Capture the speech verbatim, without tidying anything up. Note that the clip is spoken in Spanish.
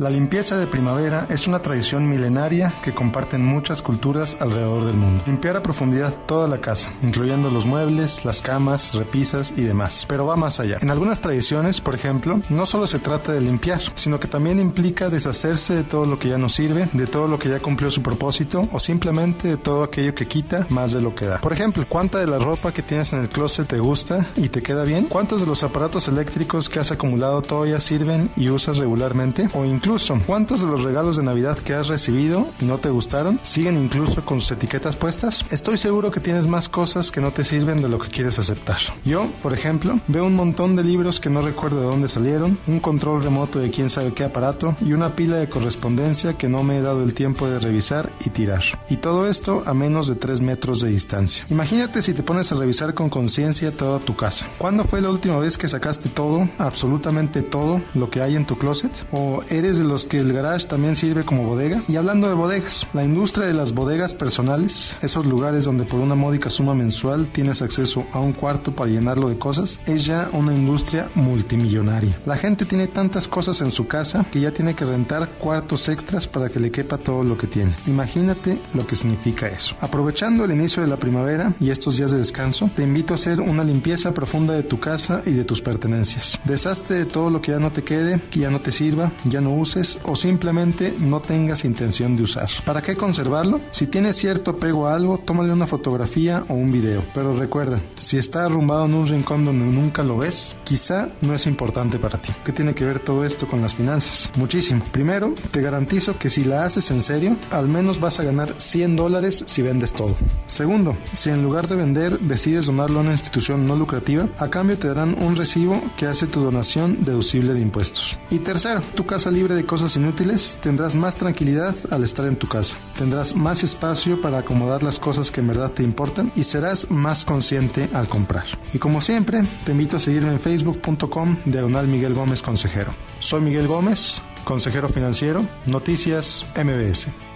La limpieza de primavera es una tradición milenaria que comparten muchas culturas alrededor del mundo. Limpiar a profundidad toda la casa, incluyendo los muebles, las camas, repisas y demás. Pero va más allá. En algunas tradiciones, por ejemplo, no solo se trata de limpiar, sino que también implica deshacerse de todo lo que ya no sirve, de todo lo que ya cumplió su propósito o simplemente de todo aquello que quita más de lo que da. Por ejemplo, ¿cuánta de la ropa que tienes en el closet te gusta y te queda bien? ¿Cuántos de los aparatos eléctricos que has acumulado todavía sirven y usas regularmente? O incluso Incluso, ¿cuántos de los regalos de Navidad que has recibido y no te gustaron siguen incluso con sus etiquetas puestas? Estoy seguro que tienes más cosas que no te sirven de lo que quieres aceptar. Yo, por ejemplo, veo un montón de libros que no recuerdo de dónde salieron, un control remoto de quién sabe qué aparato y una pila de correspondencia que no me he dado el tiempo de revisar y tirar. Y todo esto a menos de tres metros de distancia. Imagínate si te pones a revisar con conciencia toda tu casa. ¿Cuándo fue la última vez que sacaste todo, absolutamente todo, lo que hay en tu closet? ¿O eres de los que el garage también sirve como bodega? Y hablando de bodegas, la industria de las bodegas personales, esos lugares donde por una módica suma mensual tienes acceso a un cuarto para llenarlo de cosas, es ya una industria multimillonaria. La gente tiene tantas cosas en su casa que ya tiene que rentar cuartos extras para que le quepa todo lo que tiene. Imagínate lo que significa eso. Aprovechando el inicio de la primavera y estos días de descanso, te invito a hacer una limpieza profunda de tu casa y de tus pertenencias. Deshazte de todo lo que ya no te quede, que ya no te sirva, ya no uses o simplemente no tengas intención de usar. ¿Para qué conservarlo? Si tienes cierto apego a algo, tómale una fotografía o un video. Pero recuerda, si está arrumbado en un rincón donde nunca lo ves, quizá no es importante para ti. ¿Qué tiene que ver todo esto con las finanzas? Muchísimo. Primero, te garantizo que si la haces en serio, al menos vas a ganar cien dólares si vendes todo. Segundo, si en lugar de vender decides donarlo a una institución no lucrativa, a cambio te darán un recibo que hace tu donación deducible de impuestos. Y tercero, tu casa libre de cosas inútiles, tendrás más tranquilidad al estar en tu casa. Tendrás más espacio para acomodar las cosas que en verdad te importan y serás más consciente al comprar. Y como siempre, te invito a seguirme en facebook punto com diagonal Miguel Gómez Consejero. Soy Miguel Gómez, consejero financiero, Noticias M B S.